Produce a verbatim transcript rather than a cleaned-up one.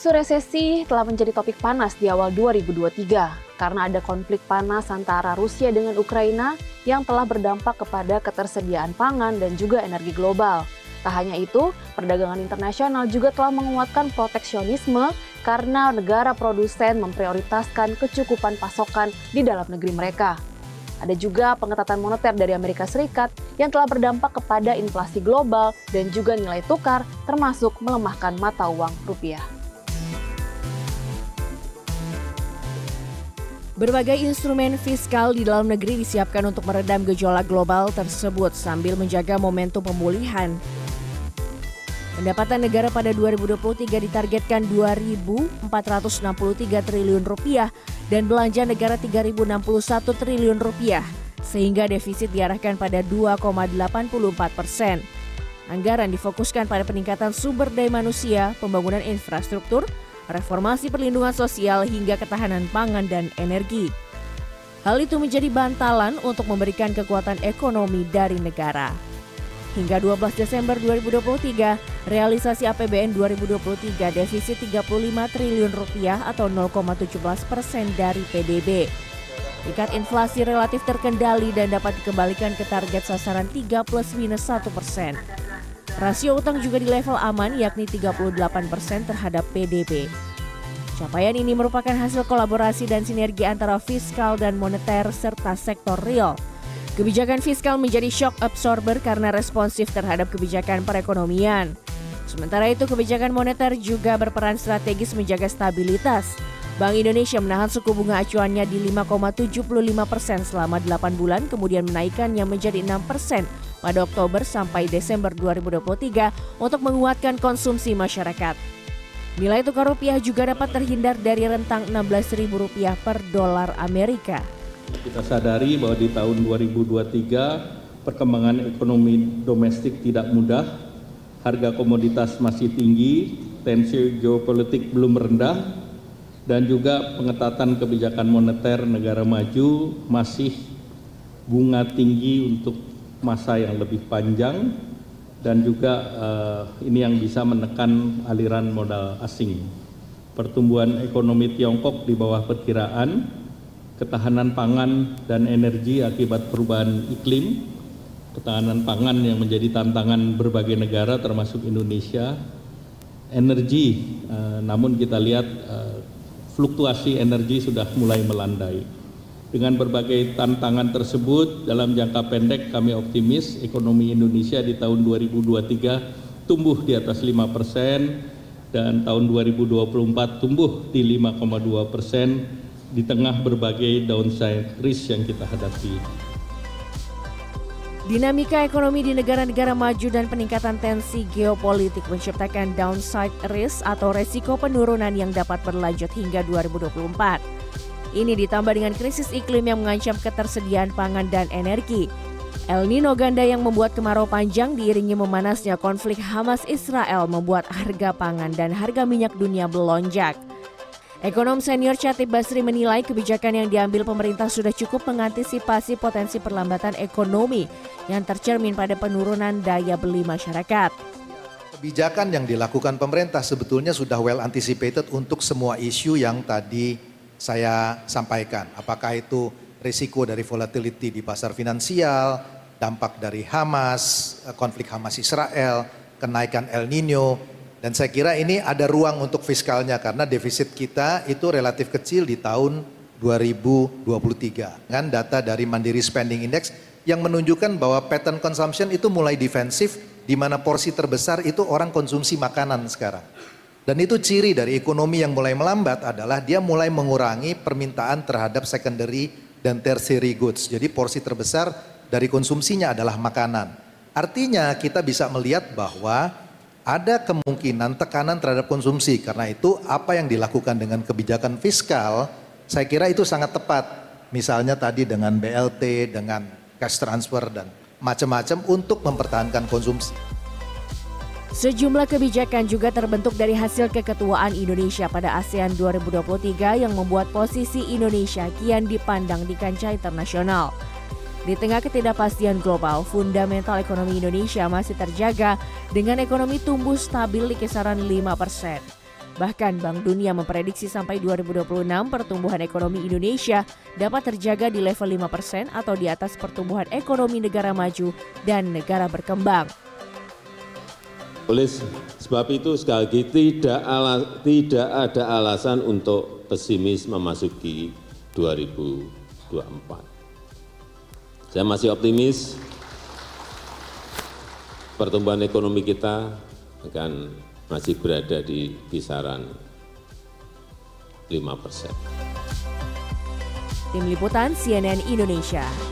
Isu resesi telah menjadi topik panas di awal dua ribu dua puluh tiga karena ada konflik panas antara Rusia dengan Ukraina yang telah berdampak kepada ketersediaan pangan dan juga energi global. Tak hanya itu, perdagangan internasional juga telah menguatkan proteksionisme karena negara produsen memprioritaskan kecukupan pasokan di dalam negeri mereka. Ada juga pengetatan moneter dari Amerika Serikat yang telah berdampak kepada inflasi global dan juga nilai tukar termasuk melemahkan mata uang rupiah. Berbagai instrumen fiskal di dalam negeri disiapkan untuk meredam gejolak global tersebut sambil menjaga momentum pemulihan. Pendapatan negara pada dua ribu dua puluh tiga ditargetkan dua ribu empat ratus enam puluh tiga triliun rupiah dan belanja negara tiga ribu enam puluh satu triliun rupiah, sehingga defisit diarahkan pada dua koma delapan empat persen. Anggaran difokuskan pada peningkatan sumber daya manusia, pembangunan infrastruktur, reformasi perlindungan sosial hingga ketahanan pangan dan energi. Hal itu menjadi bantalan untuk memberikan kekuatan ekonomi dari negara. Hingga dua belas Desember dua ribu dua puluh tiga, realisasi A P B N dua ribu dua puluh tiga defisit tiga puluh lima triliun rupiah atau nol koma tujuh belas persen dari P D B. Tingkat inflasi relatif terkendali dan dapat dikembalikan ke target sasaran tiga plus minus satu persen. Rasio utang juga di level aman yakni tiga puluh delapan persen terhadap P D B. Capaian ini merupakan hasil kolaborasi dan sinergi antara fiskal dan moneter serta sektor real. Kebijakan fiskal menjadi shock absorber karena responsif terhadap kebijakan perekonomian. Sementara itu, kebijakan moneter juga berperan strategis menjaga stabilitas. Bank Indonesia menahan suku bunga acuannya di lima koma tujuh lima persen selama delapan bulan, kemudian menaikkannya menjadi enam persen pada Oktober sampai Desember dua ribu dua puluh tiga untuk menguatkan konsumsi masyarakat. Nilai tukar rupiah juga dapat terhindar dari rentang enam belas ribu rupiah per dolar Amerika. Kita sadari bahwa di tahun dua ribu dua puluh tiga perkembangan ekonomi domestik tidak mudah, harga komoditas masih tinggi, tensi geopolitik belum rendah, dan juga pengetatan kebijakan moneter negara maju masih bunga tinggi untuk masa yang lebih panjang, dan juga uh, ini yang bisa menekan aliran modal asing. Pertumbuhan ekonomi Tiongkok di bawah perkiraan, ketahanan pangan dan energi akibat perubahan iklim, ketahanan pangan yang menjadi tantangan berbagai negara termasuk Indonesia, energi, uh, namun kita lihat uh, fluktuasi energi sudah mulai melandai. Dengan berbagai tantangan tersebut, dalam jangka pendek kami optimis ekonomi Indonesia di tahun dua ribu dua puluh tiga tumbuh di atas lima persen dan tahun dua ribu dua puluh empat tumbuh di lima koma dua persen di tengah berbagai downside risk yang kita hadapi. Dinamika ekonomi di negara-negara maju dan peningkatan tensi geopolitik menciptakan downside risk atau resiko penurunan yang dapat berlanjut hingga dua ribu dua puluh empat. Ini ditambah dengan krisis iklim yang mengancam ketersediaan pangan dan energi. El Nino ganda yang membuat kemarau panjang diiringi memanasnya konflik Hamas-Israel membuat harga pangan dan harga minyak dunia melonjak. Ekonom senior Chatib Basri menilai kebijakan yang diambil pemerintah sudah cukup mengantisipasi potensi perlambatan ekonomi yang tercermin pada penurunan daya beli masyarakat. Kebijakan yang dilakukan pemerintah sebetulnya sudah well anticipated untuk semua isu yang tadi saya sampaikan. Apakah itu risiko dari volatility di pasar finansial, dampak dari Hamas, konflik Hamas-Israel, kenaikan El Nino. Dan saya kira ini ada ruang untuk fiskalnya karena defisit kita itu relatif kecil di tahun dua ribu dua puluh tiga. Dengan data dari Mandiri Spending Index yang menunjukkan bahwa pattern consumption itu mulai defensif, di mana porsi terbesar itu orang konsumsi makanan sekarang. Dan itu ciri dari ekonomi yang mulai melambat adalah dia mulai mengurangi permintaan terhadap secondary dan tertiary goods. Jadi porsi terbesar dari konsumsinya adalah makanan. Artinya kita bisa melihat bahwa ada kemungkinan tekanan terhadap konsumsi. Karena itu apa yang dilakukan dengan kebijakan fiskal, saya kira itu sangat tepat. Misalnya tadi dengan B L T, dengan cash transfer dan macam-macam untuk mempertahankan konsumsi. Sejumlah kebijakan juga terbentuk dari hasil keketuaan Indonesia pada ASEAN dua ribu dua puluh tiga yang membuat posisi Indonesia kian dipandang di kancah internasional. Di tengah ketidakpastian global, fundamental ekonomi Indonesia masih terjaga dengan ekonomi tumbuh stabil di kisaran lima persen. Bahkan Bank Dunia memprediksi sampai dua ribu dua puluh enam pertumbuhan ekonomi Indonesia dapat terjaga di level lima persen atau di atas pertumbuhan ekonomi negara maju dan negara berkembang. Oleh sebab itu sekali lagi tidak, ala, tidak ada alasan untuk pesimis memasuki dua ribu dua puluh empat. Saya masih optimis pertumbuhan ekonomi kita akan masih berada di kisaran lima persen. Tim Liputan C N N Indonesia.